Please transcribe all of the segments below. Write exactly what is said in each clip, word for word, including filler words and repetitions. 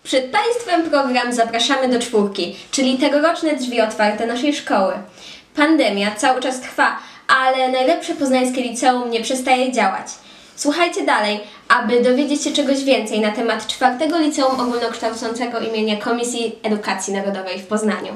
Przed Państwem program Zapraszamy do czwórki, czyli tegoroczne drzwi otwarte naszej szkoły. Pandemia cały czas trwa, ale najlepsze poznańskie liceum nie przestaje działać. Słuchajcie dalej, aby dowiedzieć się czegoś więcej na temat czwartego Liceum Ogólnokształcącego imienia Komisji Edukacji Narodowej w Poznaniu.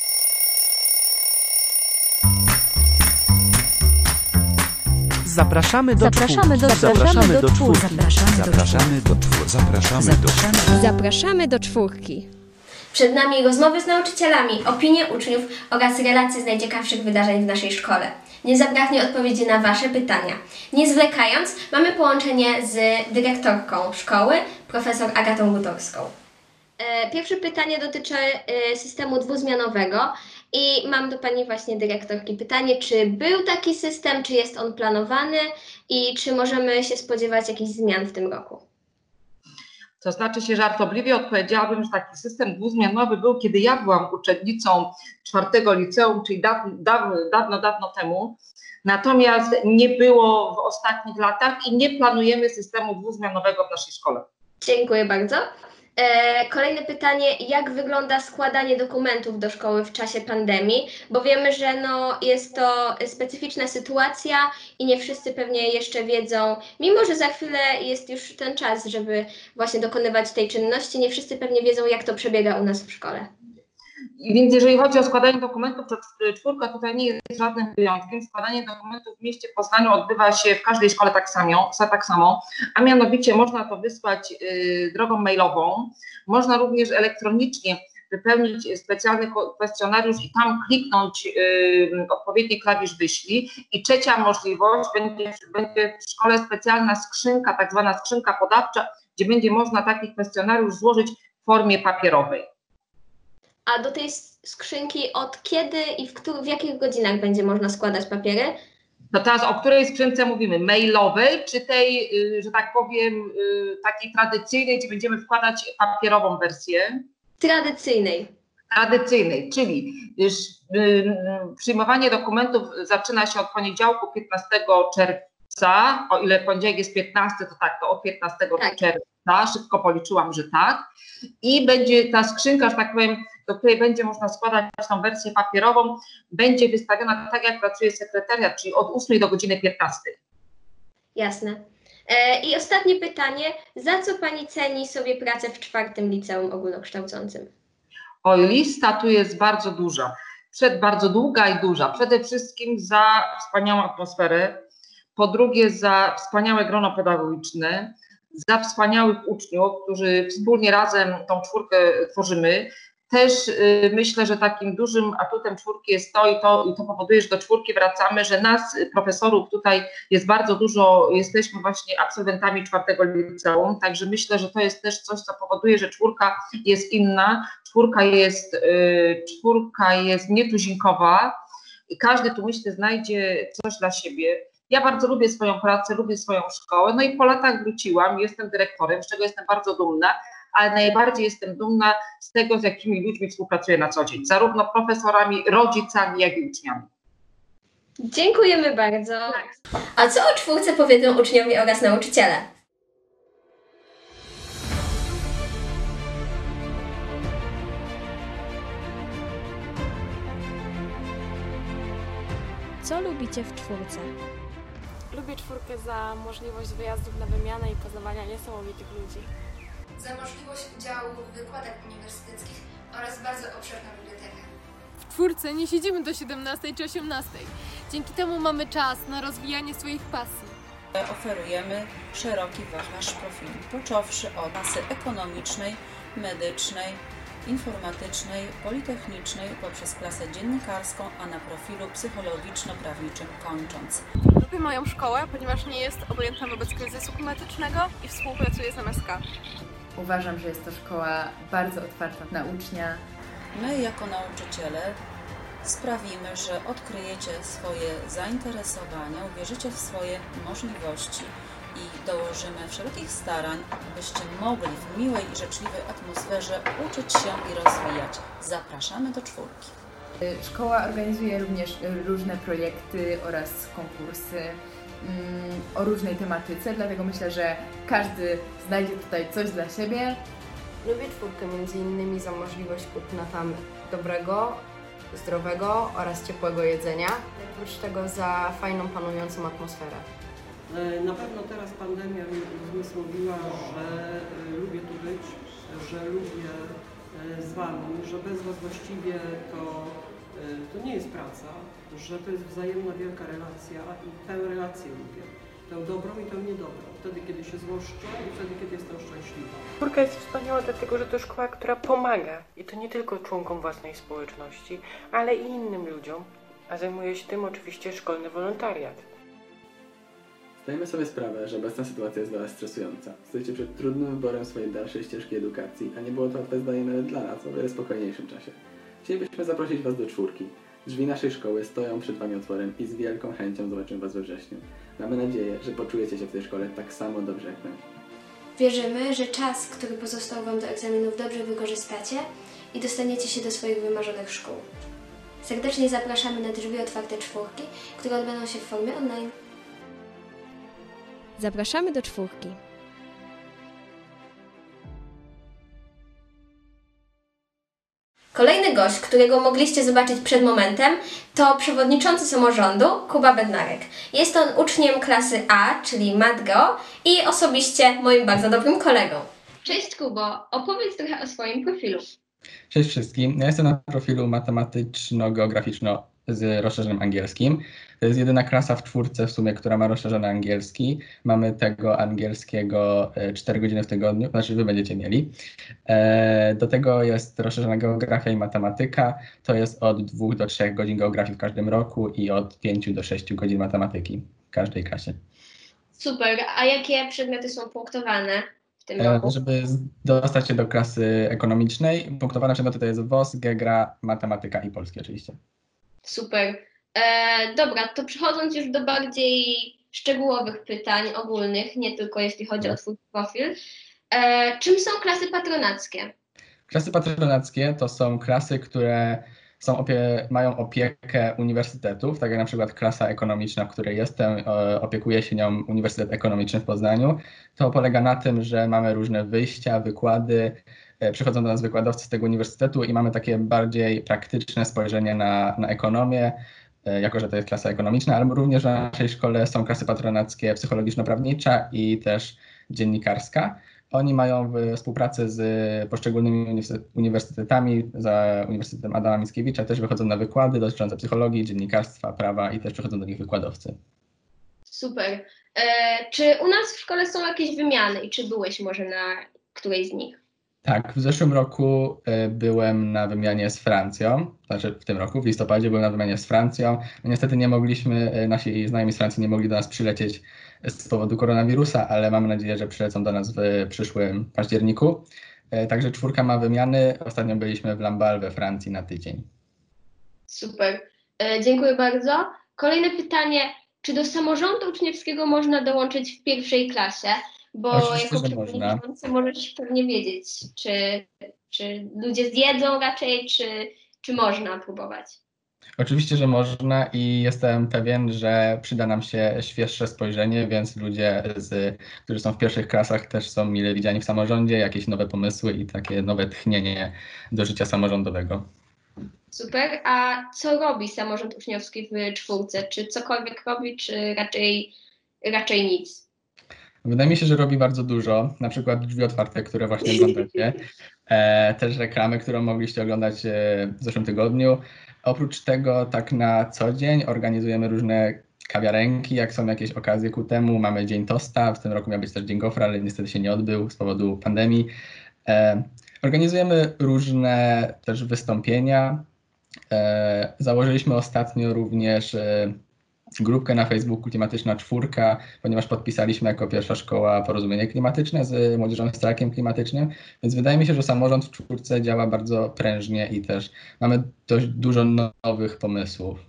Zapraszamy do Zapraszamy do, Zapraszamy do czwórki. Zapraszamy do czwórki. Zapraszamy do czwórki. Zapraszamy do czwórki. Przed nami rozmowy z nauczycielami, opinie uczniów oraz relacje z najciekawszych wydarzeń w naszej szkole. Nie zabraknie odpowiedzi na Wasze pytania. Nie zwlekając, mamy połączenie z dyrektorką szkoły, profesor Agatą Gutorską. Pierwsze pytanie dotyczy systemu dwuzmianowego i mam do Pani właśnie dyrektorki pytanie, czy był taki system, czy jest on planowany i czy możemy się spodziewać jakichś zmian w tym roku? To znaczy się żartobliwie odpowiedziałabym, że taki system dwuzmianowy był, kiedy ja byłam uczennicą czwartego liceum, czyli dawno, dawno, dawno, dawno temu. Natomiast nie było w ostatnich latach i nie planujemy systemu dwuzmianowego w naszej szkole. Dziękuję bardzo. Kolejne pytanie, jak wygląda składanie dokumentów do szkoły w czasie pandemii, bo wiemy, że no, jest to specyficzna sytuacja i nie wszyscy pewnie jeszcze wiedzą, mimo że za chwilę jest już ten czas, żeby właśnie dokonywać tej czynności, nie wszyscy pewnie wiedzą, jak to przebiega u nas w szkole. Więc jeżeli chodzi o składanie dokumentów, to czwórka tutaj nie jest żadnym wyjątkiem. Składanie dokumentów w mieście Poznaniu odbywa się w każdej szkole tak samo, tak samo, a mianowicie można to wysłać y, drogą mailową, można również elektronicznie wypełnić specjalny kwestionariusz i tam kliknąć y, odpowiedni klawisz wyślij. I trzecia możliwość, będzie, będzie w szkole specjalna skrzynka, tak zwana skrzynka podawcza, gdzie będzie można taki kwestionariusz złożyć w formie papierowej. A do tej skrzynki od kiedy i w, których, w jakich godzinach będzie można składać papiery? No teraz o której skrzynce mówimy? Mailowej, czy tej, że tak powiem, takiej tradycyjnej, gdzie będziemy wkładać papierową wersję? Tradycyjnej. Tradycyjnej, czyli już, y, przyjmowanie dokumentów zaczyna się od poniedziałku piętnastego czerwca, o ile poniedziałek jest piętnasty, to tak, to od piętnastego tak. czerwca, szybko policzyłam, że tak. I będzie ta skrzynka, że tak powiem, do której będzie można składać tą wersję papierową, będzie wystawiona tak, jak pracuje sekretariat, czyli od ósmej do godziny piętnastej. Jasne. E, I ostatnie pytanie, za co Pani ceni sobie pracę w czwartym Liceum Ogólnokształcącym? Oj, lista tu jest bardzo duża, przed bardzo długa i duża. Przede wszystkim za wspaniałą atmosferę, po drugie za wspaniałe grono pedagogiczne, za wspaniałych uczniów, którzy wspólnie razem tą czwórkę tworzymy. Też y, myślę, że takim dużym atutem czwórki jest to i, to i to powoduje, że do czwórki wracamy, że nas, profesorów, tutaj jest bardzo dużo, jesteśmy właśnie absolwentami czwartego liceum, także myślę, że to jest też coś, co powoduje, że czwórka jest inna, czwórka jest, y, czwórka jest nietuzinkowa i każdy tu, myślę, znajdzie coś dla siebie. Ja bardzo lubię swoją pracę, lubię swoją szkołę, no i po latach wróciłam, jestem dyrektorem, z czego jestem bardzo dumna, ale najbardziej jestem dumna z tego, z jakimi ludźmi współpracuję na co dzień, zarówno profesorami, rodzicami, jak i uczniami. Dziękujemy bardzo. A co o czwórce powiedzą uczniowie oraz nauczyciele? Co lubicie w czwórce? Lubię czwórkę za możliwość wyjazdów na wymianę i poznawania niesamowitych ludzi. Za możliwość udziału w wykładach uniwersyteckich oraz bardzo obszerną bibliotekę. W czwórce nie siedzimy do siedemnastej czy osiemnastej. Dzięki temu mamy czas na rozwijanie swoich pasji. Oferujemy szeroki wachlarz profili, począwszy od klasy ekonomicznej, medycznej, informatycznej, politechnicznej, poprzez klasę dziennikarską, a na profilu psychologiczno-prawniczym kończąc. Lubię moją szkołę, ponieważ nie jest obojętna wobec kryzysu klimatycznego i współpracuje z M S K. Uważam, że jest to szkoła bardzo otwarta na ucznia. My jako nauczyciele sprawimy, że odkryjecie swoje zainteresowania, uwierzycie w swoje możliwości i dołożymy wszelkich starań, abyście mogli w miłej i życzliwej atmosferze uczyć się i rozwijać. Zapraszamy do czwórki. Szkoła organizuje również różne projekty oraz konkursy o różnej tematyce, dlatego myślę, że każdy znajdzie tutaj coś dla siebie Lubię czwórkę między innymi za możliwość kupna tam dobrego, zdrowego oraz ciepłego jedzenia. Oprócz tego za fajną, panującą atmosferę. Na pewno teraz pandemia mi uzmysłowiła, że lubię tu być, że lubię z Wami, że bez Was właściwie to, to nie jest praca, że to jest wzajemna wielka relacja i tę relację lubię. Tę dobrą i tę niedobrą. Wtedy, kiedy się złoszczę i wtedy, kiedy jestem szczęśliwa. Czwórka jest wspaniała dlatego, że to szkoła, która pomaga i to nie tylko członkom własnej społeczności, ale i innym ludziom, a zajmuje się tym oczywiście szkolny wolontariat. Zdajemy sobie sprawę, że obecna sytuacja jest dla Was stresująca. Stoicie przed trudnym wyborem swojej dalszej ścieżki edukacji, a nie było to łatwe zdanie nawet dla nas, o wiele spokojniejszym czasie. Chcielibyśmy zaprosić Was do czwórki. Drzwi naszej szkoły stoją przed Wami otworem i z wielką chęcią zobaczymy Was we wrześniu. Mamy nadzieję, że poczujecie się w tej szkole tak samo dobrze jak my. Wierzymy, że czas, który pozostał Wam do egzaminów, dobrze wykorzystacie i dostaniecie się do swoich wymarzonych szkół. Serdecznie zapraszamy na drzwi otwarte czwórki, które odbędą się w formie online. Zapraszamy do czwórki. Kolejny gość, którego mogliście zobaczyć przed momentem, to przewodniczący samorządu Kuba Bednarek. Jest on uczniem klasy A, czyli MatGeo i osobiście moim bardzo dobrym kolegą. Cześć Kubo, opowiedz trochę o swoim profilu. Cześć wszystkim, ja jestem na profilu matematyczno-geograficzno z rozszerzonym angielskim. To jest jedyna klasa w czwórce w sumie, która ma rozszerzony angielski. Mamy tego angielskiego cztery godziny w tygodniu, znaczy wy będziecie mieli. Do tego jest rozszerzona geografia i matematyka. To jest od dwóch do trzech godzin geografii w każdym roku i od pięciu do sześciu godzin matematyki w każdej klasie. Super, a jakie przedmioty są punktowane w tym roku? Żeby dostać się do klasy ekonomicznej, punktowane przedmioty to jest W O S, Geogra, matematyka i polski oczywiście. Super. E, dobra, to przechodząc już do bardziej szczegółowych pytań ogólnych, nie tylko jeśli chodzi o Twój profil. E, czym są klasy patronackie? Klasy patronackie to są klasy, które są opie- mają opiekę uniwersytetów, tak jak na przykład klasa ekonomiczna, w której jestem, e, opiekuje się nią Uniwersytet Ekonomiczny w Poznaniu. To polega na tym, że mamy różne wyjścia, wykłady, e, przychodzą do nas wykładowcy z tego uniwersytetu i mamy takie bardziej praktyczne spojrzenie na, na ekonomię, e, jako że to jest klasa ekonomiczna, ale również w naszej szkole są klasy patronackie psychologiczno-prawnicza i też dziennikarska. Oni mają współpracę z poszczególnymi uniwersytetami, za Uniwersytetem Adama Mickiewicza też wychodzą na wykłady dotyczące psychologii, dziennikarstwa, prawa i też przychodzą do nich wykładowcy. Super. E, czy u nas w szkole są jakieś wymiany i czy byłeś może na którejś z nich? Tak, w zeszłym roku y, byłem na wymianie z Francją, znaczy w tym roku, w listopadzie byłem na wymianie z Francją. No, niestety nie mogliśmy, y, nasi znajomi z Francji nie mogli do nas przylecieć z powodu koronawirusa, ale mamy nadzieję, że przylecą do nas w przyszłym październiku. Y, także czwórka ma wymiany. Ostatnio byliśmy w Lamballe we Francji na tydzień. Super, e, dziękuję bardzo. Kolejne pytanie, czy do samorządu uczniowskiego można dołączyć w pierwszej klasie? Bo Oczywiście, jako że można. przewodniczący możesz pewnie wiedzieć, czy, czy ludzie zjedzą raczej, czy, czy można próbować. Oczywiście, że można i jestem pewien, że przyda nam się świeższe spojrzenie, więc ludzie, z, którzy są w pierwszych klasach, też są mile widziani w samorządzie, jakieś nowe pomysły i takie nowe tchnienie do życia samorządowego. Super, a co robi samorząd uczniowski w czwórce? Czy cokolwiek robi, czy raczej, raczej nic? Wydaje mi się, że robi bardzo dużo, na przykład drzwi otwarte, które właśnie oglądacie, e, też reklamy, którą mogliście oglądać e, w zeszłym tygodniu. Oprócz tego tak na co dzień organizujemy różne kawiarenki, jak są jakieś okazje ku temu. Mamy Dzień Tosta, w tym roku miał być też Dzień Gofra, ale niestety się nie odbył z powodu pandemii. E, organizujemy różne też wystąpienia. E, założyliśmy ostatnio również e, grupkę na Facebooku Klimatyczna Czwórka, ponieważ podpisaliśmy jako pierwsza szkoła porozumienie klimatyczne z Młodzieżowym Strajkiem Klimatycznym, więc wydaje mi się, że samorząd w czwórce działa bardzo prężnie i też mamy dość dużo nowych pomysłów.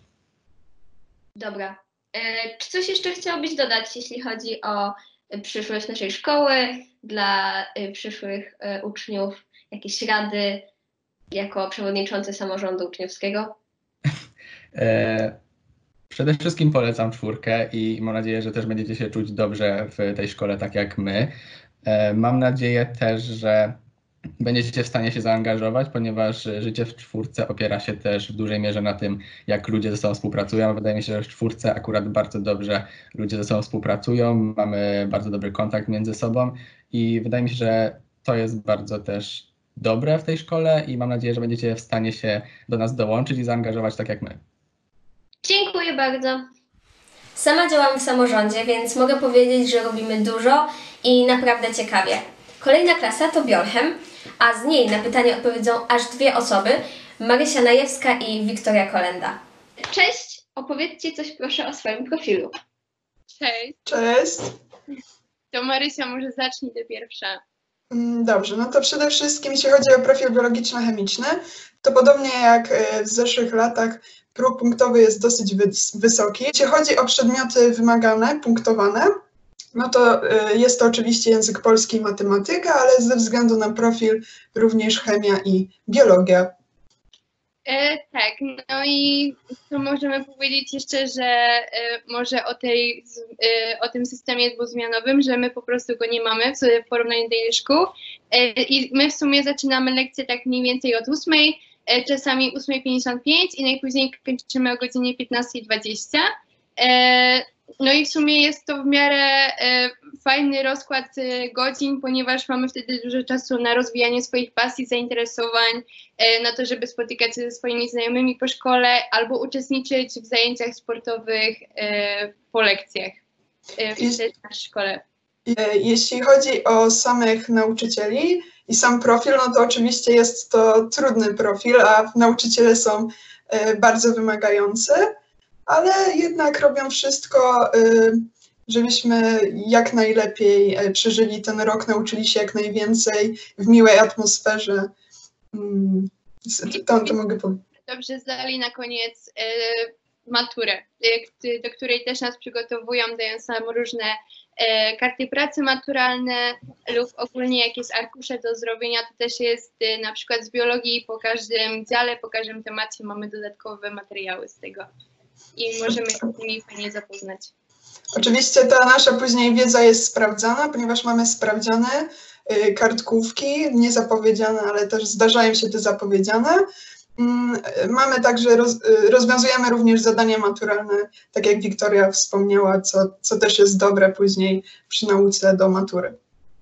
Dobra. E, czy coś jeszcze chciałbyś dodać, jeśli chodzi o przyszłość naszej szkoły, dla e, przyszłych e, uczniów, jakieś rady jako przewodniczący samorządu uczniowskiego? e Przede wszystkim polecam czwórkę i mam nadzieję, że też będziecie się czuć dobrze w tej szkole, tak jak my. Mam nadzieję też, że będziecie w stanie się zaangażować, ponieważ życie w czwórce opiera się też w dużej mierze na tym, jak ludzie ze sobą współpracują. Wydaje mi się, że w czwórce akurat bardzo dobrze ludzie ze sobą współpracują, mamy bardzo dobry kontakt między sobą i wydaje mi się, że to jest bardzo też dobre w tej szkole i mam nadzieję, że będziecie w stanie się do nas dołączyć i zaangażować tak jak my. Dziękuję bardzo. Sama działam w samorządzie, więc mogę powiedzieć, że robimy dużo i naprawdę ciekawie. Kolejna klasa to Biolchem, a z niej na pytanie odpowiedzą aż dwie osoby, Marysia Najewska i Wiktoria Kolenda. Cześć, opowiedzcie coś proszę o swoim profilu. Cześć. Cześć. To Marysia, może zacznij ty pierwsza. Dobrze, no to przede wszystkim jeśli chodzi o profil biologiczno-chemiczny, to podobnie jak w zeszłych latach próg punktowy jest dosyć wysoki. Jeśli chodzi o przedmioty wymagane, punktowane, no to jest to oczywiście język polski i matematyka, ale ze względu na profil również chemia i biologia. E, tak, no i to możemy powiedzieć jeszcze, że e, może o, tej, e, o tym systemie dwuzmianowym, że my po prostu go nie mamy w porównaniu do innych szkół e, i my w sumie zaczynamy lekcje tak mniej więcej od ósmej, e, czasami ósma pięćdziesiąt pięć i najpóźniej kończymy o godzinie piętnasta dwadzieścia. E, no i w sumie jest to w miarę e, fajny rozkład e, godzin, ponieważ mamy wtedy dużo czasu na rozwijanie swoich pasji, zainteresowań, e, na to, żeby spotykać się ze swoimi znajomymi po szkole albo uczestniczyć w zajęciach sportowych e, po lekcjach e, w naszej szkole. Jeśli chodzi o samych nauczycieli i sam profil, no to oczywiście jest to trudny profil, a nauczyciele są e, bardzo wymagający, ale jednak robią wszystko, żebyśmy jak najlepiej przeżyli ten rok, nauczyli się jak najwięcej w miłej atmosferze. To, to mogę powiedzieć. Dobrze zdali na koniec maturę, do której też nas przygotowują, dając nam różne karty pracy maturalne lub ogólnie jakieś arkusze do zrobienia. To też jest na przykład z biologii, po każdym dziale, po każdym temacie mamy dodatkowe materiały z tego. I możemy się z nimi fajnie zapoznać. Oczywiście ta nasza później wiedza jest sprawdzana, ponieważ mamy sprawdziane y, kartkówki, niezapowiedziane, ale też zdarzają się te zapowiedziane. Y, mamy także, roz, y, rozwiązujemy również zadania maturalne, tak jak Wiktoria wspomniała, co, co też jest dobre później przy nauce do matury.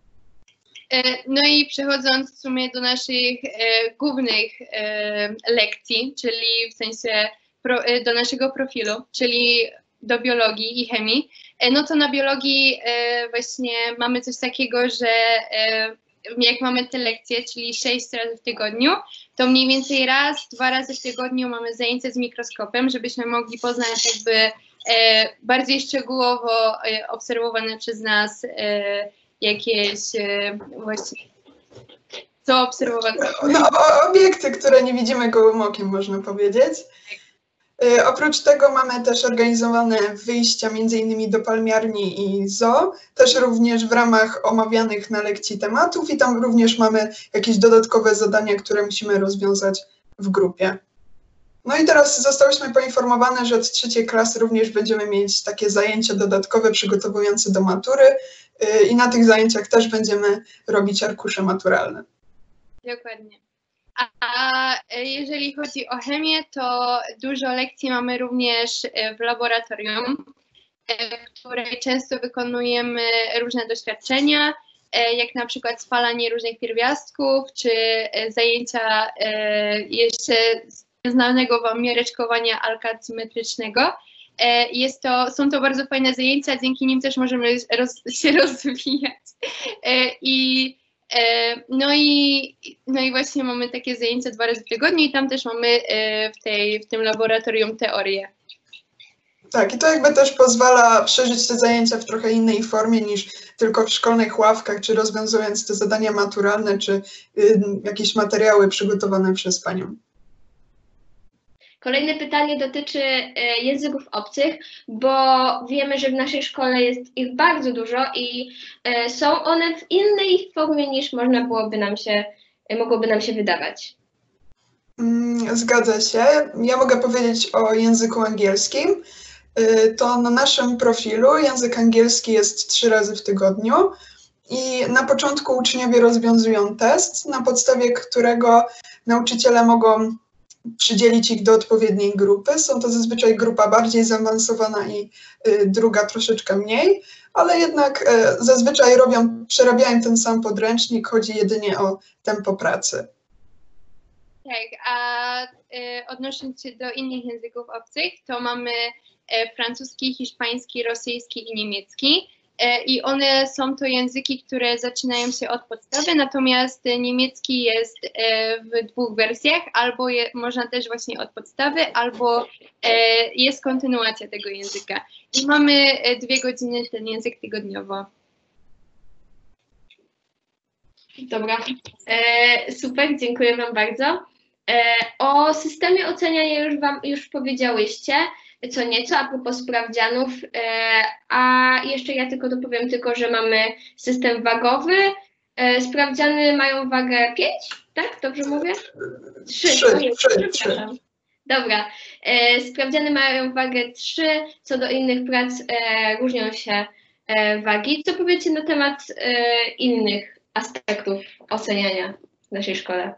No i przechodząc w sumie do naszych e, głównych e, lekcji, czyli w sensie pro, e, do naszego profilu, czyli do biologii i chemii, e, no to na biologii e, właśnie mamy coś takiego, że e, jak mamy te lekcje, czyli sześć razy w tygodniu, to mniej więcej raz, dwa razy w tygodniu mamy zajęcia z mikroskopem, żebyśmy mogli poznać jakby e, bardziej szczegółowo e, obserwowane przez nas e, jakieś e, właśnie, co obserwowane? No, obiekty, które nie widzimy gołym okiem, można powiedzieć. Y, oprócz tego mamy też organizowane wyjścia między innymi do palmiarni i zoo, też również w ramach omawianych na lekcji tematów i tam również mamy jakieś dodatkowe zadania, które musimy rozwiązać w grupie. No i teraz zostałyśmy poinformowane, że od trzeciej klasy również będziemy mieć takie zajęcia dodatkowe przygotowujące do matury y, i na tych zajęciach też będziemy robić arkusze maturalne. Dokładnie. A jeżeli chodzi o chemię, to dużo lekcji mamy również w laboratorium, w której często wykonujemy różne doświadczenia, jak na przykład spalanie różnych pierwiastków, czy zajęcia jeszcze znanego Wam miareczkowania alkatymetrycznego. Jest to, są to bardzo fajne zajęcia, dzięki nim też możemy roz, się rozwijać. I No i, no i właśnie mamy takie zajęcia dwa razy w tygodniu i tam też mamy w, tej, w tym laboratorium teorię. Tak, i to jakby też pozwala przeżyć te zajęcia w trochę innej formie niż tylko w szkolnych ławkach, czy rozwiązując te zadania maturalne, czy y, jakieś materiały przygotowane przez Panią. Kolejne pytanie dotyczy języków obcych, bo wiemy, że w naszej szkole jest ich bardzo dużo i są one w innej formie niż można byłoby nam się, mogłoby nam się wydawać. Zgadza się. Ja mogę powiedzieć o języku angielskim. To na naszym profilu język angielski jest trzy razy w tygodniu I na początku uczniowie rozwiązują test, na podstawie którego nauczyciele mogą przydzielić ich do odpowiedniej grupy. Są to zazwyczaj grupa bardziej zaawansowana i y, druga troszeczkę mniej, ale jednak y, zazwyczaj robią, przerabiają ten sam podręcznik, chodzi jedynie o tempo pracy. Tak, a y, odnosząc się do innych języków obcych, to mamy y, francuski, hiszpański, rosyjski i niemiecki. I one są to języki, które zaczynają się od podstawy, natomiast niemiecki jest w dwóch wersjach, albo je, można też właśnie od podstawy, albo jest kontynuacja tego języka. I mamy dwie godziny ten język tygodniowo. Dobra, e, super, dziękuję Wam bardzo. E, o systemie oceniania już Wam już powiedziałyście co nieco a propos sprawdzianów, e, a jeszcze ja tylko dopowiem tylko, że mamy system wagowy. E, sprawdziany mają wagę pięć, tak? Dobrze mówię? trzy. Przepraszam. Dobra. E, sprawdziany mają wagę trzy, co do innych prac e, różnią się e, wagi. Co powiecie na temat e, innych aspektów oceniania w naszej szkole?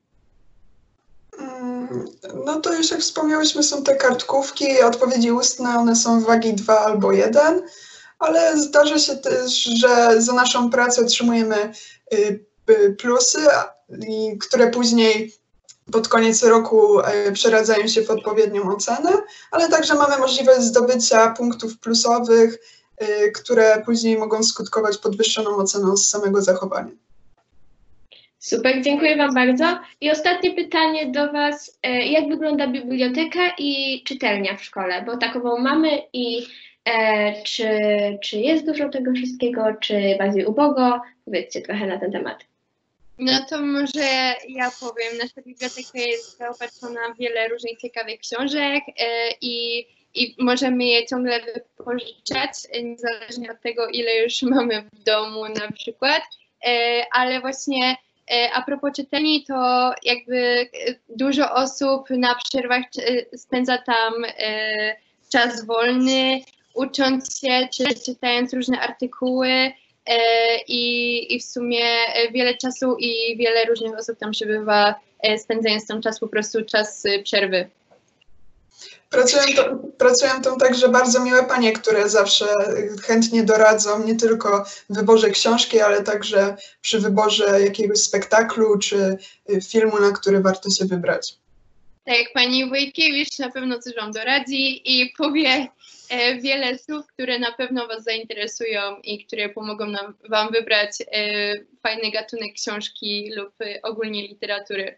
No to już jak wspomniałyśmy, są te kartkówki, odpowiedzi ustne, one są wagi dwa albo jeden, ale zdarza się też, że za naszą pracę otrzymujemy plusy, które później pod koniec roku przeradzają się w odpowiednią ocenę, ale także mamy możliwość zdobycia punktów plusowych, które później mogą skutkować podwyższoną oceną z samego zachowania. Super, dziękuję Wam bardzo. I ostatnie pytanie do Was. Jak wygląda biblioteka i czytelnia w szkole? Bo takową mamy i e, czy, czy jest dużo tego wszystkiego, czy bardziej ubogo? Powiedzcie trochę na ten temat. No to może ja powiem. Nasza biblioteka jest zaopatrzona w wiele różnych ciekawych książek e, i, i możemy je ciągle wypożyczać, niezależnie od tego, ile już mamy w domu na przykład. E, ale właśnie a propos czytelni, to jakby dużo osób na przerwach spędza tam czas wolny, ucząc się czy czytając różne artykuły i, i w sumie wiele czasu i wiele różnych osób tam przebywa, spędzając tam czas, po prostu czas przerwy. Pracują, to, pracują tam także bardzo miłe panie, które zawsze chętnie doradzą nie tylko w wyborze książki, ale także przy wyborze jakiegoś spektaklu czy filmu, na który warto się wybrać. Tak, pani Wojtkiewicz na pewno coś Wam doradzi i powie e, wiele słów, które na pewno Was zainteresują i które pomogą nam, Wam wybrać e, fajny gatunek książki lub e, ogólnie literatury.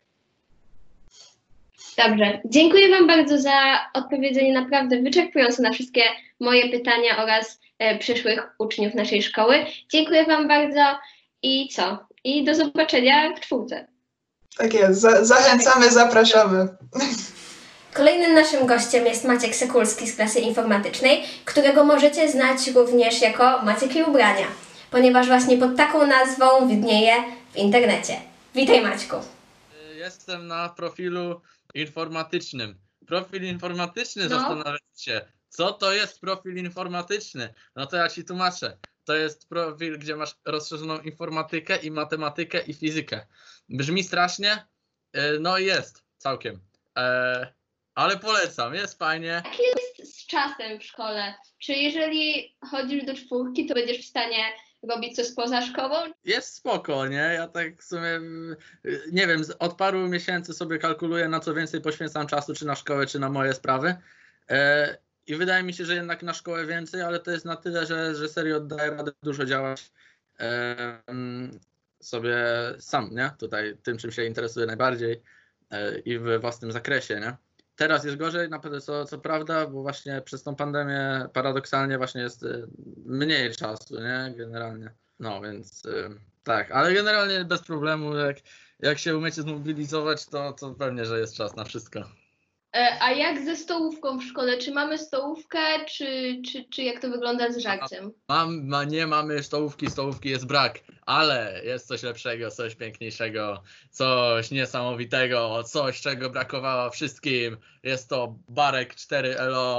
Dobrze, dziękuję Wam bardzo za odpowiedzenie naprawdę wyczerpujące na wszystkie moje pytania oraz e, przyszłych uczniów naszej szkoły. Dziękuję Wam bardzo i co? I do zobaczenia w czwórce. Tak jest, za zachęcamy, zapraszamy. Kolejnym naszym gościem jest Maciek Sekulski z klasy informatycznej, którego możecie znać również jako Maciek i ubrania, ponieważ właśnie pod taką nazwą widnieje w internecie. Witaj Maćku. Jestem na profilu informatycznym. Profil informatyczny, no. Zastanawiacie się, co to jest profil informatyczny? No to ja Ci tłumaczę. To jest profil, gdzie masz rozszerzoną informatykę i matematykę i fizykę. Brzmi strasznie? No jest, całkiem. Eee, ale polecam, jest fajnie. Jak jest z czasem w szkole? Czy jeżeli chodzisz do czwórki, to będziesz w stanie robić coś poza szkołą? Jest spoko, nie? Ja tak w sumie, nie wiem, od paru miesięcy sobie kalkuluję, na co więcej poświęcam czasu, czy na szkołę, czy na moje sprawy. E, I wydaje mi się, że jednak na szkołę więcej, ale to jest na tyle, że, że serio daję radę dużo działać e, sobie sam, nie? Tutaj tym, czym się interesuję najbardziej e, i we własnym zakresie, nie? Teraz jest gorzej, naprawdę co, co prawda, bo właśnie przez tą pandemię paradoksalnie właśnie jest mniej czasu, nie? Generalnie. No więc y, tak, ale generalnie bez problemu, jak, jak się umiecie zmobilizować, to, to pewnie, że jest czas na wszystko. A jak ze stołówką w szkole? Czy mamy stołówkę, czy, czy, czy jak to wygląda z żarciem? Mam, ma, nie mamy stołówki, stołówki jest brak, ale jest coś lepszego, coś piękniejszego, coś niesamowitego, coś czego brakowało wszystkim. Jest to Barek cztery L O,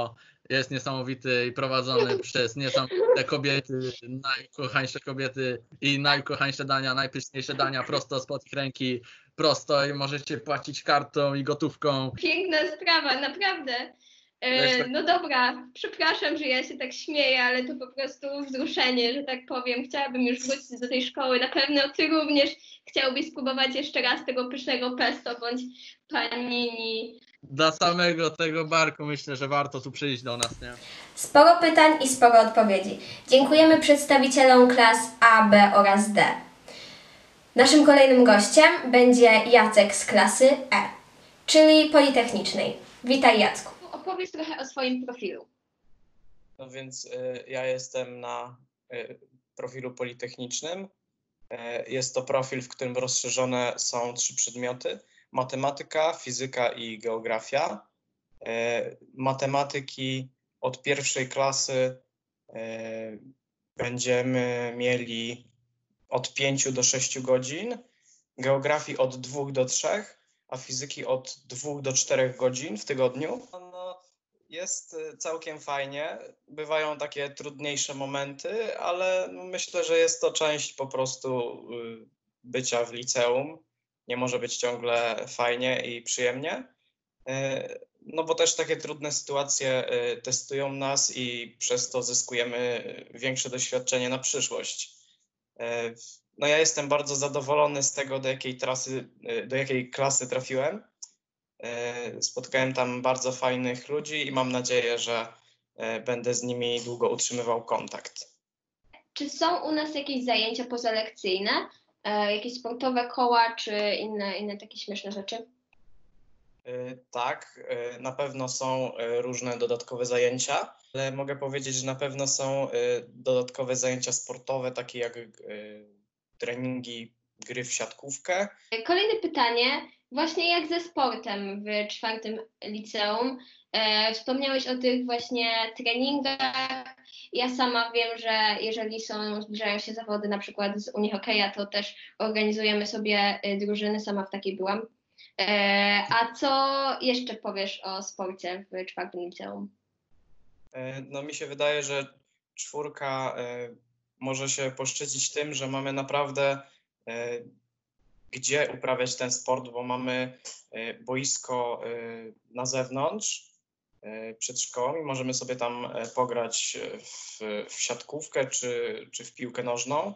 jest niesamowity i prowadzony przez niesamowite kobiety, najukochańsze kobiety i najukochańsze dania, najpyszniejsze dania prosto spod ich ręki, prosto i możecie płacić kartą i gotówką. Piękna sprawa, naprawdę. E, no dobra, przepraszam, że ja się tak śmieję, ale to po prostu wzruszenie, że tak powiem. Chciałabym już wrócić do tej szkoły. Na pewno ty również chciałbyś spróbować jeszcze raz tego pysznego pesto bądź panini. Dla samego tego barku myślę, że warto tu przyjść do nas, nie? Sporo pytań i sporo odpowiedzi. Dziękujemy przedstawicielom klas A, B oraz D. Naszym kolejnym gościem będzie Jacek z klasy E, czyli Politechnicznej. Witaj, Jacku. Opowiedz trochę o swoim profilu. No więc y, ja jestem na y, profilu politechnicznym. Y, jest to profil, w którym rozszerzone są trzy przedmioty. Matematyka, fizyka i geografia. Y, matematyki od pierwszej klasy y, będziemy mieli od pięciu do sześciu godzin, geografii od dwóch do trzech, a fizyki od dwóch do czterech godzin w tygodniu. No, jest całkiem fajnie. Bywają takie trudniejsze momenty, ale myślę, że jest to część po prostu bycia w liceum. Nie może być ciągle fajnie i przyjemnie. No bo też takie trudne sytuacje testują nas i przez to zyskujemy większe doświadczenie na przyszłość. No ja jestem bardzo zadowolony z tego, do jakiej trasy, do jakiej klasy trafiłem. Spotkałem tam bardzo fajnych ludzi i mam nadzieję, że będę z nimi długo utrzymywał kontakt. Czy są u nas jakieś zajęcia pozalekcyjne, jakieś sportowe koła, czy inne, inne takie śmieszne rzeczy? Tak, na pewno są różne dodatkowe zajęcia, ale mogę powiedzieć, że na pewno są dodatkowe zajęcia sportowe, takie jak treningi, gry w siatkówkę. Kolejne pytanie, właśnie jak ze sportem w czwartym liceum? E, wspomniałeś o tych właśnie treningach. Ja sama wiem, że jeżeli są, zbliżają się zawody na przykład z Unii Hokeja, to też organizujemy sobie drużyny, sama w takiej byłam. E, a co jeszcze powiesz o sporcie w czwartym liceum? No mi się wydaje, że czwórka może się poszczycić tym, że mamy naprawdę gdzie uprawiać ten sport, bo mamy boisko na zewnątrz przed szkołą i możemy sobie tam pograć w, w siatkówkę czy, czy w piłkę nożną.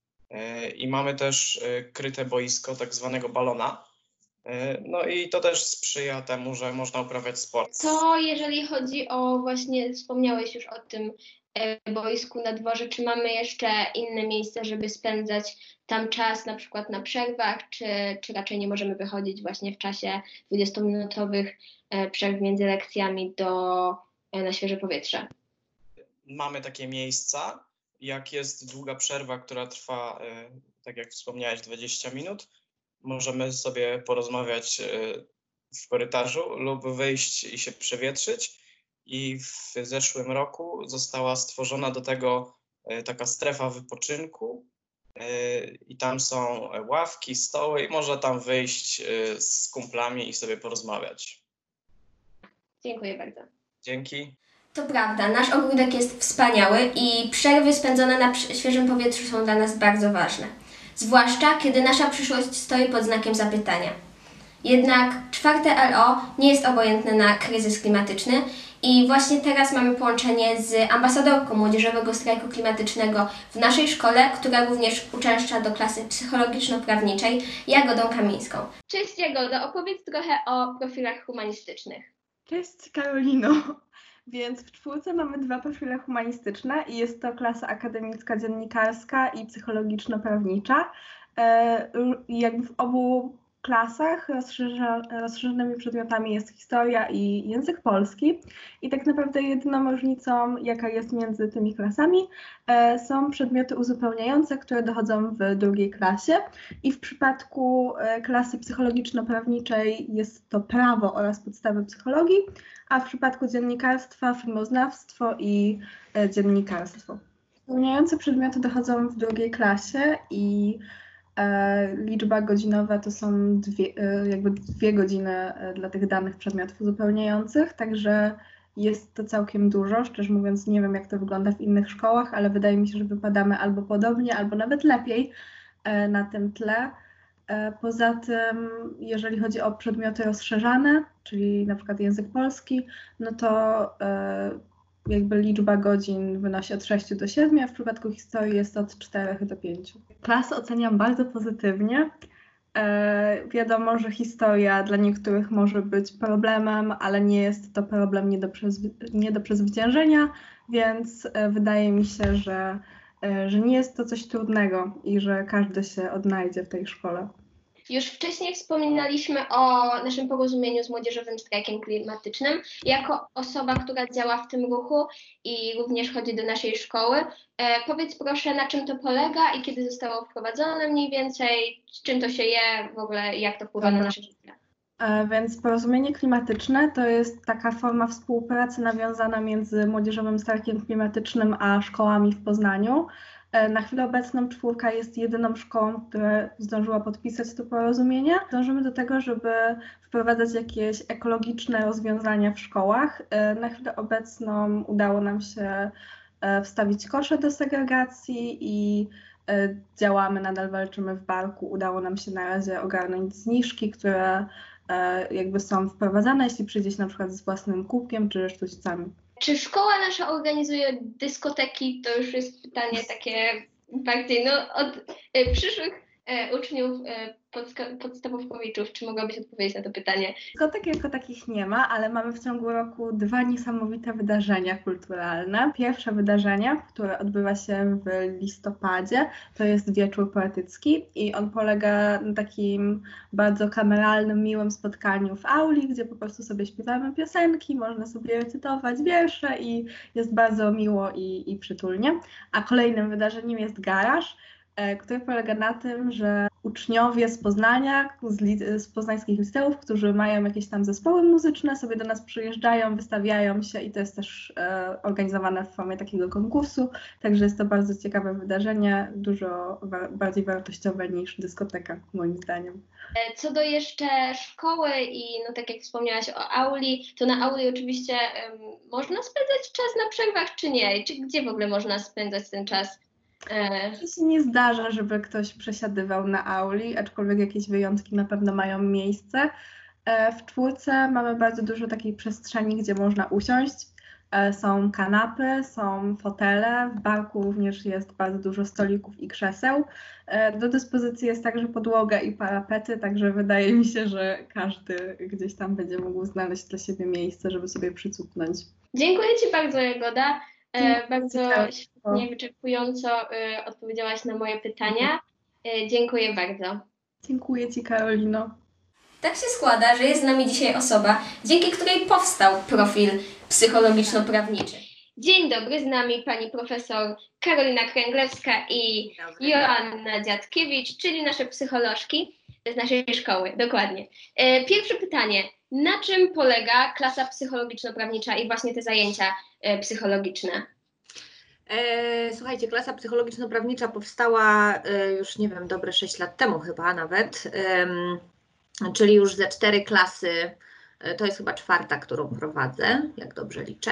I mamy też kryte boisko tak zwanego balona. No i to też sprzyja temu, że można uprawiać sport. Co jeżeli chodzi o właśnie, wspomniałeś już o tym boisku na dworze, czy mamy jeszcze inne miejsca, żeby spędzać tam czas, na przykład na przerwach, czy, czy raczej nie możemy wychodzić właśnie w czasie dwudziestominutowych przerw między lekcjami do, na świeże powietrze? Mamy takie miejsca, jak jest długa przerwa, która trwa, tak jak wspomniałeś, dwadzieścia minut, możemy sobie porozmawiać w korytarzu lub wyjść i się przewietrzyć. I w zeszłym roku została stworzona do tego taka strefa wypoczynku i tam są ławki, stoły i można tam wyjść z kumplami i sobie porozmawiać. Dziękuję bardzo. Dzięki. To prawda, nasz ogródek jest wspaniały i przerwy spędzone na świeżym powietrzu są dla nas bardzo ważne. Zwłaszcza, kiedy nasza przyszłość stoi pod znakiem zapytania. Jednak czwarte L O nie jest obojętne na kryzys klimatyczny i właśnie teraz mamy połączenie z ambasadorką Młodzieżowego Strajku Klimatycznego w naszej szkole, która również uczęszcza do klasy psychologiczno-prawniczej, Jagodą Kamińską. Cześć Jagoda, opowiedz trochę o profilach humanistycznych. Cześć Karolino. Więc w czwórce mamy dwa profile humanistyczne i jest to klasa akademicka dziennikarska i psychologiczno-prawnicza. Jakby w obu klasach rozszerza, rozszerzonymi przedmiotami jest historia i język polski i tak naprawdę jedyną różnicą, jaka jest między tymi klasami, są przedmioty uzupełniające, które dochodzą w drugiej klasie i w przypadku klasy psychologiczno-prawniczej jest to prawo oraz podstawy psychologii, a w przypadku dziennikarstwa filmoznawstwo i dziennikarstwo. Uzupełniające przedmioty dochodzą w drugiej klasie i liczba godzinowa to są dwie, jakby dwie godziny dla tych danych przedmiotów uzupełniających, także jest to całkiem dużo. Szczerze mówiąc, nie wiem, jak to wygląda w innych szkołach, ale wydaje mi się, że wypadamy albo podobnie, albo nawet lepiej na tym tle. Poza tym, jeżeli chodzi o przedmioty rozszerzane, czyli na przykład język polski, no to jakby liczba godzin wynosi od sześciu do siedmiu, a w przypadku historii jest od czterech do pięciu. Klasę oceniam bardzo pozytywnie. E, wiadomo, że historia dla niektórych może być problemem, ale nie jest to problem nie do, przezwy- nie do przezwyciężenia, więc e, wydaje mi się, że, e, że nie jest to coś trudnego i że każdy się odnajdzie w tej szkole. Już wcześniej wspominaliśmy o naszym porozumieniu z Młodzieżowym Strajkiem Klimatycznym. Jako osoba, która działa w tym ruchu i również chodzi do naszej szkoły, e, powiedz proszę, na czym to polega i kiedy zostało wprowadzone mniej więcej, z czym to się je, w ogóle jak to wpływa na nasze życie. E, więc porozumienie klimatyczne to jest taka forma współpracy nawiązana między Młodzieżowym Strajkiem Klimatycznym a szkołami w Poznaniu. Na chwilę obecną czwórka jest jedyną szkołą, która zdążyła podpisać to porozumienie. Dążymy do tego, żeby wprowadzać jakieś ekologiczne rozwiązania w szkołach. Na chwilę obecną udało nam się wstawić kosze do segregacji i działamy, nadal walczymy w barku. Udało nam się na razie ogarnąć zniżki, które jakby są wprowadzane, jeśli przyjdzie się na przykład z własnym kubkiem czy sztućcami. Czy szkoła nasza organizuje dyskoteki? To już jest pytanie takie bardziej no, od e, przyszłych e, uczniów e, podska- podstawówkowiczów. Czy mogłabyś odpowiedzieć na to pytanie? Dyskotek jako takich nie ma, ale mamy w ciągu roku dwa niesamowite wydarzenia kulturalne. Pierwsze wydarzenie, które odbywa się w listopadzie, to jest wieczór poetycki i on polega na takim bardzo kameralnym, miłym spotkaniu w auli, gdzie po prostu sobie śpiewamy piosenki, można sobie recytować wiersze i jest bardzo miło i, i przytulnie. A kolejnym wydarzeniem jest garaż, który polega na tym, że uczniowie z Poznania, z, li, z poznańskich liceów, którzy mają jakieś tam zespoły muzyczne, sobie do nas przyjeżdżają, wystawiają się i to jest też e, organizowane w formie takiego konkursu, także jest to bardzo ciekawe wydarzenie, dużo wa- bardziej wartościowe niż dyskoteka, moim zdaniem. Co do jeszcze szkoły i no tak jak wspomniałaś o auli, to na auli oczywiście um, można spędzać czas na przerwach czy nie? Czy gdzie w ogóle można spędzać ten czas? To się nie zdarza, żeby ktoś przesiadywał na auli, aczkolwiek jakieś wyjątki na pewno mają miejsce. W czwórce mamy bardzo dużo takiej przestrzeni, gdzie można usiąść. Są kanapy, są fotele, w barku również jest bardzo dużo stolików i krzeseł. Do dyspozycji jest także podłoga i parapety, także wydaje mi się, że każdy gdzieś tam będzie mógł znaleźć dla siebie miejsce, żeby sobie przycupnąć. Dziękuję Ci bardzo, Jagoda. E, bardzo świetnie, wyczerpująco e, odpowiedziałaś na moje pytania. E, dziękuję bardzo. Dziękuję Ci, Karolino. Tak się składa, że jest z nami dzisiaj osoba, dzięki której powstał profil psychologiczno-prawniczy. Dzień dobry, z nami pani profesor Karolina Kręglewska i Joanna Dziadkiewicz, czyli nasze psycholożki z naszej szkoły. Dokładnie. E, pierwsze pytanie. Na czym polega klasa psychologiczno-prawnicza i właśnie te zajęcia e, psychologiczne? E, słuchajcie, klasa psychologiczno-prawnicza powstała e, już, nie wiem, dobre sześć lat temu chyba nawet, e, czyli już ze cztery klasy, e, to jest chyba czwarta, którą prowadzę, jak dobrze liczę.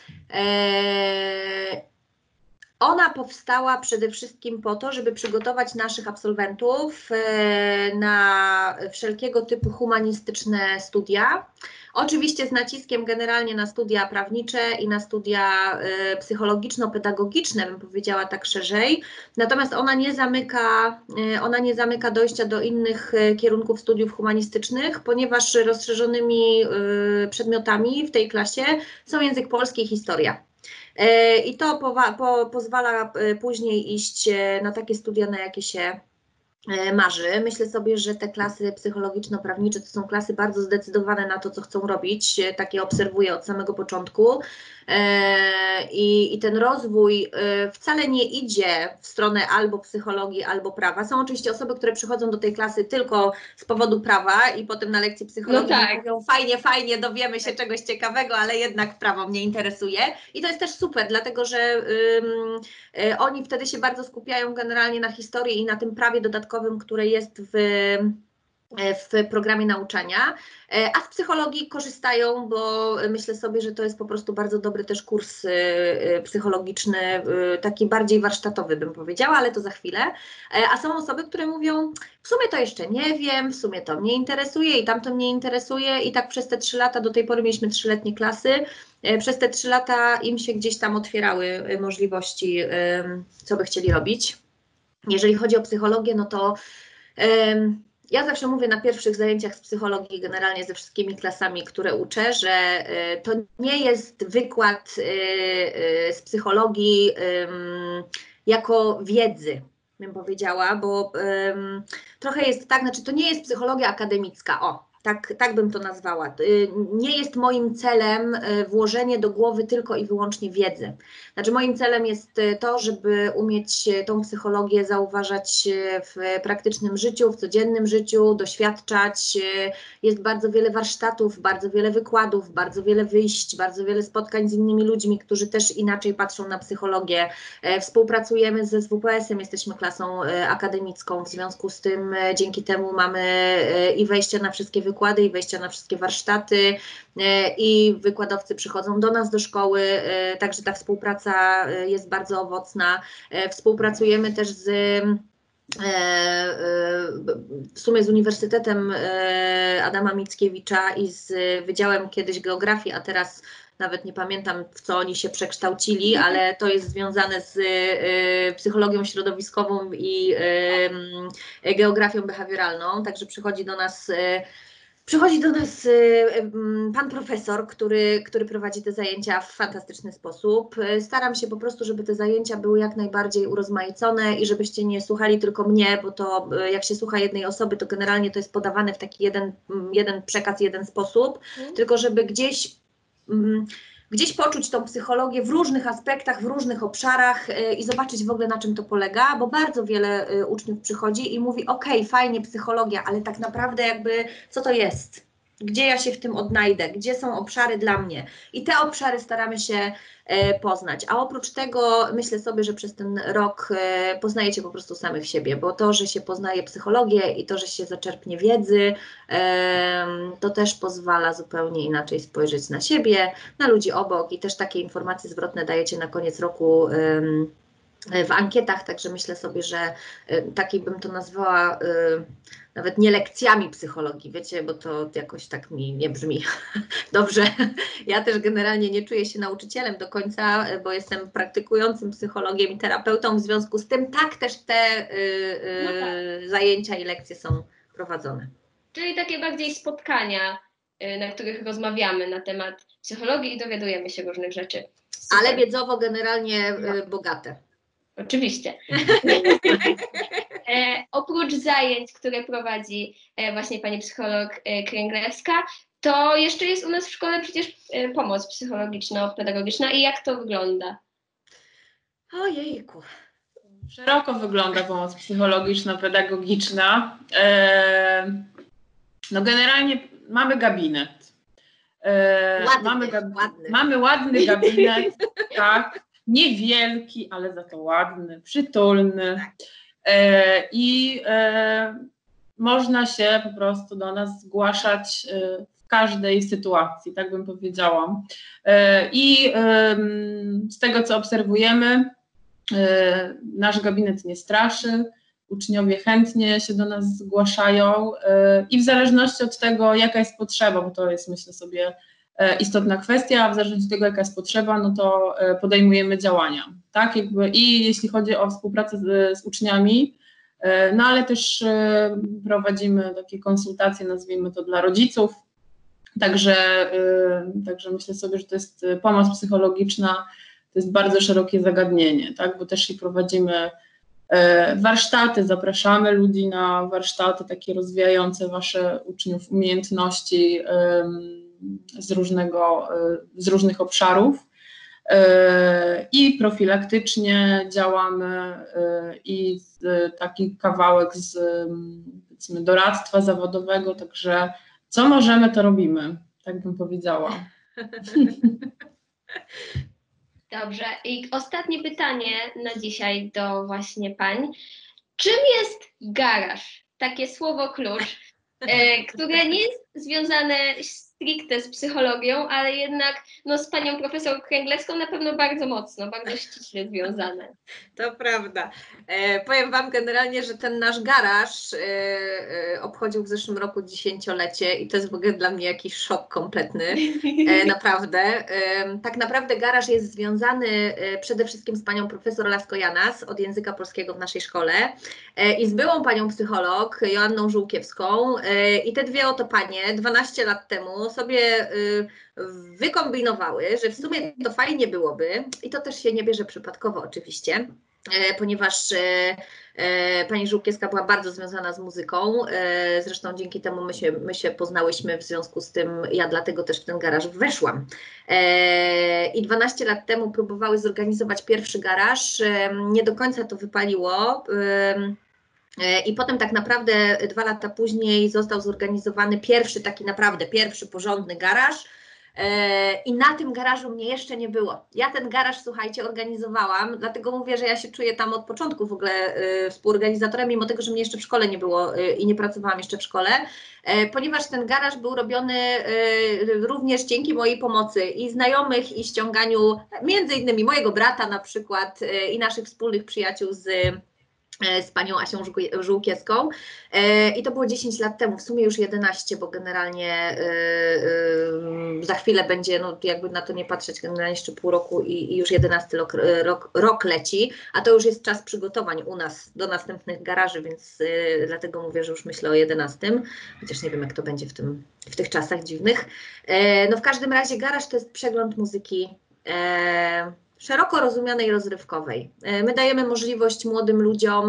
E, Ona powstała przede wszystkim po to, żeby przygotować naszych absolwentów na wszelkiego typu humanistyczne studia. Oczywiście z naciskiem generalnie na studia prawnicze i na studia psychologiczno-pedagogiczne, bym powiedziała tak szerzej. Natomiast ona nie zamyka, ona nie zamyka dojścia do innych kierunków studiów humanistycznych, ponieważ rozszerzonymi przedmiotami w tej klasie są język polski i historia. I to powa- po, pozwala później iść na takie studia, na jakie się marzy. Myślę sobie, że te klasy psychologiczno-prawnicze to są klasy bardzo zdecydowane na to, co chcą robić. Takie obserwuję od samego początku. I, i ten rozwój wcale nie idzie w stronę albo psychologii, albo prawa. Są oczywiście osoby, które przychodzą do tej klasy tylko z powodu prawa i potem na lekcji psychologii no tak. mówią fajnie, fajnie, dowiemy się czegoś ciekawego, ale jednak prawo mnie interesuje. I to jest też super, dlatego że um, oni wtedy się bardzo skupiają generalnie na historii i na tym prawie dodatkowym, które jest w w programie nauczania, a z psychologii korzystają, bo myślę sobie, że to jest po prostu bardzo dobry też kurs psychologiczny, taki bardziej warsztatowy bym powiedziała, ale to za chwilę. A są osoby, które mówią, w sumie to jeszcze nie wiem, w sumie to mnie interesuje i tamto mnie interesuje i tak przez te trzy lata, do tej pory mieliśmy trzyletnie klasy, przez te trzy lata im się gdzieś tam otwierały możliwości, co by chcieli robić. Jeżeli chodzi o psychologię, no to ja zawsze mówię na pierwszych zajęciach z psychologii, generalnie ze wszystkimi klasami, które uczę, że to nie jest wykład z psychologii jako wiedzy, bym powiedziała, bo trochę jest tak, znaczy to nie jest psychologia akademicka, o. Tak, tak bym to nazwała. Nie jest moim celem włożenie do głowy tylko i wyłącznie wiedzy. Znaczy moim celem jest to, żeby umieć tą psychologię zauważać w praktycznym życiu, w codziennym życiu, doświadczać. Jest bardzo wiele warsztatów, bardzo wiele wykładów, bardzo wiele wyjść, bardzo wiele spotkań z innymi ludźmi, którzy też inaczej patrzą na psychologię. Współpracujemy ze S W P S em, jesteśmy klasą akademicką, w związku z tym dzięki temu mamy i wejście na wszystkie wykłady i wejścia na wszystkie warsztaty i wykładowcy przychodzą do nas do szkoły, także ta współpraca jest bardzo owocna. Współpracujemy też z w sumie z Uniwersytetem Adama Mickiewicza i z Wydziałem kiedyś Geografii, a teraz nawet nie pamiętam, w co oni się przekształcili, ale to jest związane z y, psychologią środowiskową i y, geografią behawioralną, także przychodzi do nas, y, przychodzi do nas y, y, pan profesor, który, który prowadzi te zajęcia w fantastyczny sposób. Staram się po prostu, żeby te zajęcia były jak najbardziej urozmaicone i żebyście nie słuchali tylko mnie, bo to y, jak się słucha jednej osoby, to generalnie to jest podawane w taki jeden, jeden przekaz, jeden sposób, mm. tylko żeby gdzieś gdzieś poczuć tą psychologię w różnych aspektach, w różnych obszarach i zobaczyć w ogóle, na czym to polega, bo bardzo wiele uczniów przychodzi i mówi, okej, fajnie psychologia, ale tak naprawdę jakby co to jest? Gdzie ja się w tym odnajdę? Gdzie są obszary dla mnie? I te obszary staramy się e, poznać. A oprócz tego myślę sobie, że przez ten rok e, poznajecie po prostu samych siebie, bo to, że się poznaje psychologię i to, że się zaczerpnie wiedzy, e, to też pozwala zupełnie inaczej spojrzeć na siebie, na ludzi obok i też takie informacje zwrotne dajecie na koniec roku e, w ankietach, także myślę sobie, że e, takiej bym to nazwała e, nawet nie lekcjami psychologii, wiecie, bo to jakoś tak mi nie brzmi dobrze. Ja też generalnie nie czuję się nauczycielem do końca, bo jestem praktykującym psychologiem i terapeutą, w związku z tym tak też te y, y, no tak. zajęcia i lekcje są prowadzone. Czyli takie bardziej spotkania, y, na których rozmawiamy na temat psychologii i dowiadujemy się różnych rzeczy. Super. Ale wiedzowo generalnie y, bogate. Oczywiście. e, oprócz zajęć, które prowadzi e, właśnie pani psycholog e, Kręglewska, to jeszcze jest u nas w szkole przecież e, pomoc psychologiczno-pedagogiczna. I jak to wygląda? Ojejku. Szeroko wygląda pomoc psychologiczno-pedagogiczna. E, no generalnie mamy gabinet. E, ładny, mamy, gab ładny. mamy ładny gabinet, tak. Niewielki, ale za to ładny, przytulny e, i e, można się po prostu do nas zgłaszać e, w każdej sytuacji, tak bym powiedziała. E, I e, z tego, co obserwujemy, e, nasz gabinet nie straszy, uczniowie chętnie się do nas zgłaszają e, i w zależności od tego, jaka jest potrzeba, bo to jest, myślę sobie, istotna kwestia, a w zależności od tego, jaka jest potrzeba, no to podejmujemy działania, tak, jakby i jeśli chodzi o współpracę z, z uczniami, no ale też prowadzimy takie konsultacje, nazwijmy to, dla rodziców, także, także myślę sobie, że to jest pomoc psychologiczna, to jest bardzo szerokie zagadnienie, tak, bo też i prowadzimy warsztaty, zapraszamy ludzi na warsztaty takie rozwijające wasze uczniów umiejętności z, różnego, z różnych obszarów i profilaktycznie działamy i z, taki kawałek z, powiedzmy, doradztwa zawodowego, także co możemy, to robimy, tak bym powiedziała. Dobrze, i ostatnie pytanie na dzisiaj do właśnie pań. Czym jest garaż? Takie słowo klucz. e, które nie jest związane stricte z psychologią, ale jednak no, z panią profesor Kręglewską na pewno bardzo mocno, bardzo ściśle związane. To prawda. E, powiem Wam generalnie, że ten nasz garaż e, e, obchodził w zeszłym roku dziesięciolecie i to jest w ogóle dla mnie jakiś szok kompletny. E, naprawdę. E, tak naprawdę garaż jest związany e, przede wszystkim z panią profesor Lasko-Janas od języka polskiego w naszej szkole e, i z byłą panią psycholog Joanną Żółkiewską e, i te dwie oto panie dwanaście lat temu sobie e, wykombinowały, że w sumie to fajnie byłoby i to też się nie bierze przypadkowo oczywiście, E, ponieważ e, e, pani Żółkiewska była bardzo związana z muzyką, e, zresztą dzięki temu my się, my się poznałyśmy, w związku z tym ja dlatego też w ten garaż weszłam. E, I dwanaście lat temu próbowały zorganizować pierwszy garaż, e, nie do końca to wypaliło. E, I potem tak naprawdę dwa lata później został zorganizowany pierwszy, taki naprawdę pierwszy porządny garaż. I na tym garażu mnie jeszcze nie było. Ja ten garaż, słuchajcie, organizowałam, dlatego mówię, że ja się czuję tam od początku w ogóle y, współorganizatorem, mimo tego, że mnie jeszcze w szkole nie było y, i nie pracowałam jeszcze w szkole, y, ponieważ ten garaż był robiony y, również dzięki mojej pomocy i znajomych, i ściąganiu między innymi mojego brata na przykład y, i naszych wspólnych przyjaciół z z panią Asią Żółkiewską i to było dziesięć lat temu, w sumie już jedenaście, bo generalnie yy, yy, za chwilę będzie, no jakby na to nie patrzeć, generalnie jeszcze pół roku i, i już jedenasty rok, rok, rok leci, a to już jest czas przygotowań u nas do następnych garaży, więc yy, dlatego mówię, że już myślę o jedenastym, chociaż nie wiem jak to będzie w, tym, w tych czasach dziwnych. Yy, no w każdym razie garaż to jest przegląd muzyki yy, szeroko rozumianej rozrywkowej. My dajemy możliwość młodym ludziom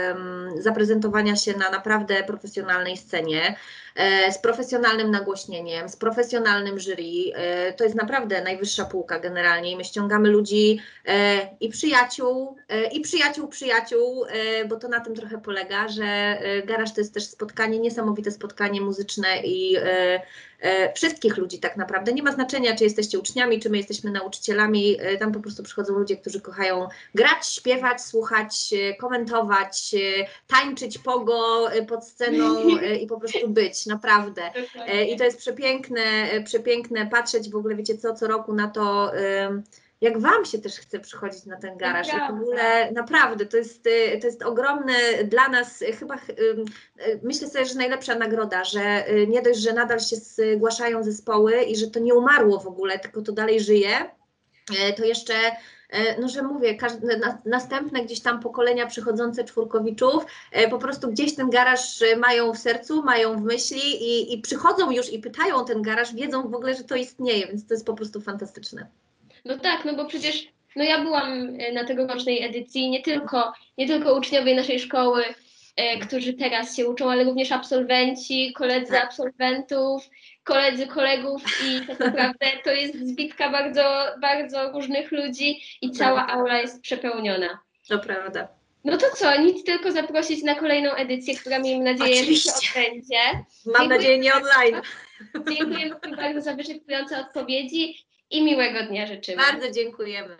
um, zaprezentowania się na naprawdę profesjonalnej scenie, e, z profesjonalnym nagłośnieniem, z profesjonalnym jury. E, to jest naprawdę najwyższa półka generalnie i my ściągamy ludzi e, i przyjaciół, e, i przyjaciół przyjaciół, e, bo to na tym trochę polega, że e, garaż to jest też spotkanie, niesamowite spotkanie muzyczne i e, e, wszystkich ludzi tak naprawdę. Nie ma znaczenia, czy jesteście uczniami, czy my jesteśmy nauczycielami, e, tam po prostu przychodzą ludzie, którzy kochają grać, śpiewać, słuchać, komentować, tańczyć pogo pod sceną i po prostu być, naprawdę. I to jest przepiękne, przepiękne patrzeć w ogóle, wiecie co, co roku na to, jak Wam się też chce przychodzić na ten garaż. I w ogóle naprawdę, to jest, to jest ogromne dla nas, chyba myślę sobie, że najlepsza nagroda, że nie dość, że nadal się zgłaszają zespoły i że to nie umarło w ogóle, tylko to dalej żyje, to jeszcze, no że mówię, każde, na, następne gdzieś tam pokolenia przychodzące czwórkowiczów po prostu gdzieś ten garaż mają w sercu, mają w myśli i, i przychodzą już i pytają ten garaż, wiedzą w ogóle, że to istnieje, więc to jest po prostu fantastyczne. No tak, no bo przecież no ja byłam na tegorocznej edycji, nie tylko, nie tylko uczniowie naszej szkoły, e, którzy teraz się uczą, ale również absolwenci, koledzy tak. absolwentów, koledzy kolegów i tak naprawdę to jest zbitka bardzo, bardzo różnych ludzi i cała aula jest przepełniona. To prawda. No to co, nic tylko zaprosić na kolejną edycję, która miejmy nadzieję, Oczywiście. że się odbędzie. Mam Dziękuję. nadzieję nie online. Dziękujemy bardzo za wyczerpujące odpowiedzi i miłego dnia życzymy. Bardzo dziękujemy.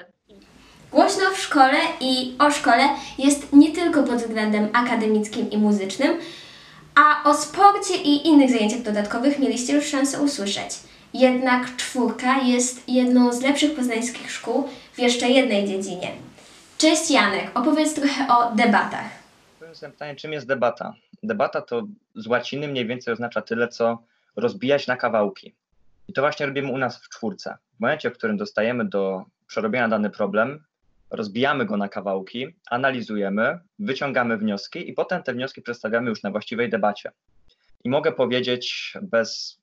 Głośno w szkole i o szkole jest nie tylko pod względem akademickim i muzycznym, a o sporcie i innych zajęciach dodatkowych mieliście już szansę usłyszeć. Jednak czwórka jest jedną z lepszych poznańskich szkół w jeszcze jednej dziedzinie. Cześć Janek, opowiedz trochę o debatach. Powiem sobie pytanie, czym jest debata? Debata to z łaciny mniej więcej oznacza tyle, co rozbijać na kawałki. I to właśnie robimy u nas w czwórce. W momencie, w którym dostajemy do przerobienia dany problem, rozbijamy go na kawałki, analizujemy, wyciągamy wnioski i potem te wnioski przedstawiamy już na właściwej debacie. I mogę powiedzieć bez,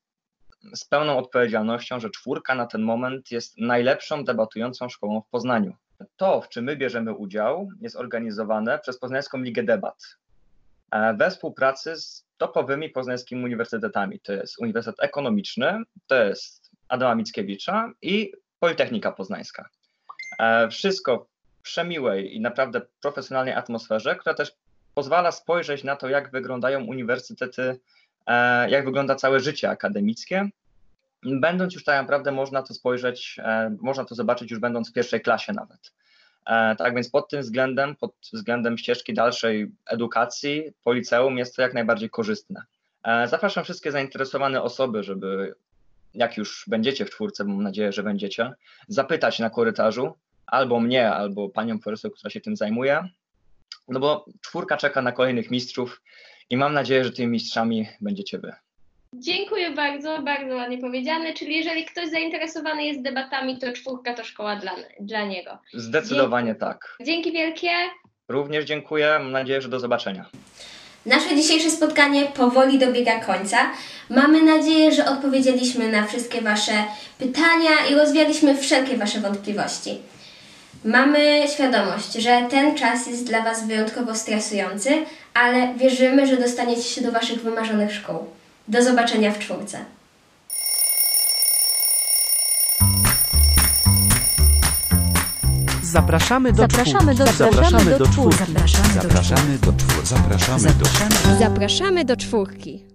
z pełną odpowiedzialnością, że czwórka na ten moment jest najlepszą debatującą szkołą w Poznaniu. To, w czym my bierzemy udział, jest organizowane przez Poznańską Ligę Debat we współpracy z topowymi poznańskimi uniwersytetami. To jest Uniwersytet Ekonomiczny, to jest Adama Mickiewicza i Politechnika Poznańska. Wszystko w przemiłej i naprawdę profesjonalnej atmosferze, która też pozwala spojrzeć na to, jak wyglądają uniwersytety, jak wygląda całe życie akademickie. Będąc już tak naprawdę można to spojrzeć, można to zobaczyć już będąc w pierwszej klasie nawet. Tak więc pod tym względem, pod względem ścieżki dalszej edukacji po liceum jest to jak najbardziej korzystne. E, Zapraszam wszystkie zainteresowane osoby, żeby jak już będziecie w czwórce, mam nadzieję, że będziecie, zapytać na korytarzu albo mnie, albo panią profesor, która się tym zajmuje, no bo czwórka czeka na kolejnych mistrzów i mam nadzieję, że tymi mistrzami będziecie wy. Dziękuję bardzo, bardzo ładnie powiedziane, czyli jeżeli ktoś zainteresowany jest debatami, to czwórka to szkoła dla, dla niego. Zdecydowanie Dzięki. tak. Dzięki wielkie. Również dziękuję, mam nadzieję, że do zobaczenia. Nasze dzisiejsze spotkanie powoli dobiega końca. Mamy nadzieję, że odpowiedzieliśmy na wszystkie Wasze pytania i rozwialiśmy wszelkie Wasze wątpliwości. Mamy świadomość, że ten czas jest dla Was wyjątkowo stresujący, ale wierzymy, że dostaniecie się do Waszych wymarzonych szkół. Do zobaczenia w czwórce. Zapraszamy do Zapraszamy do Zapraszamy do czwórki. Zapraszamy do Zapraszamy do Zapraszamy do Zapraszamy do czwórki.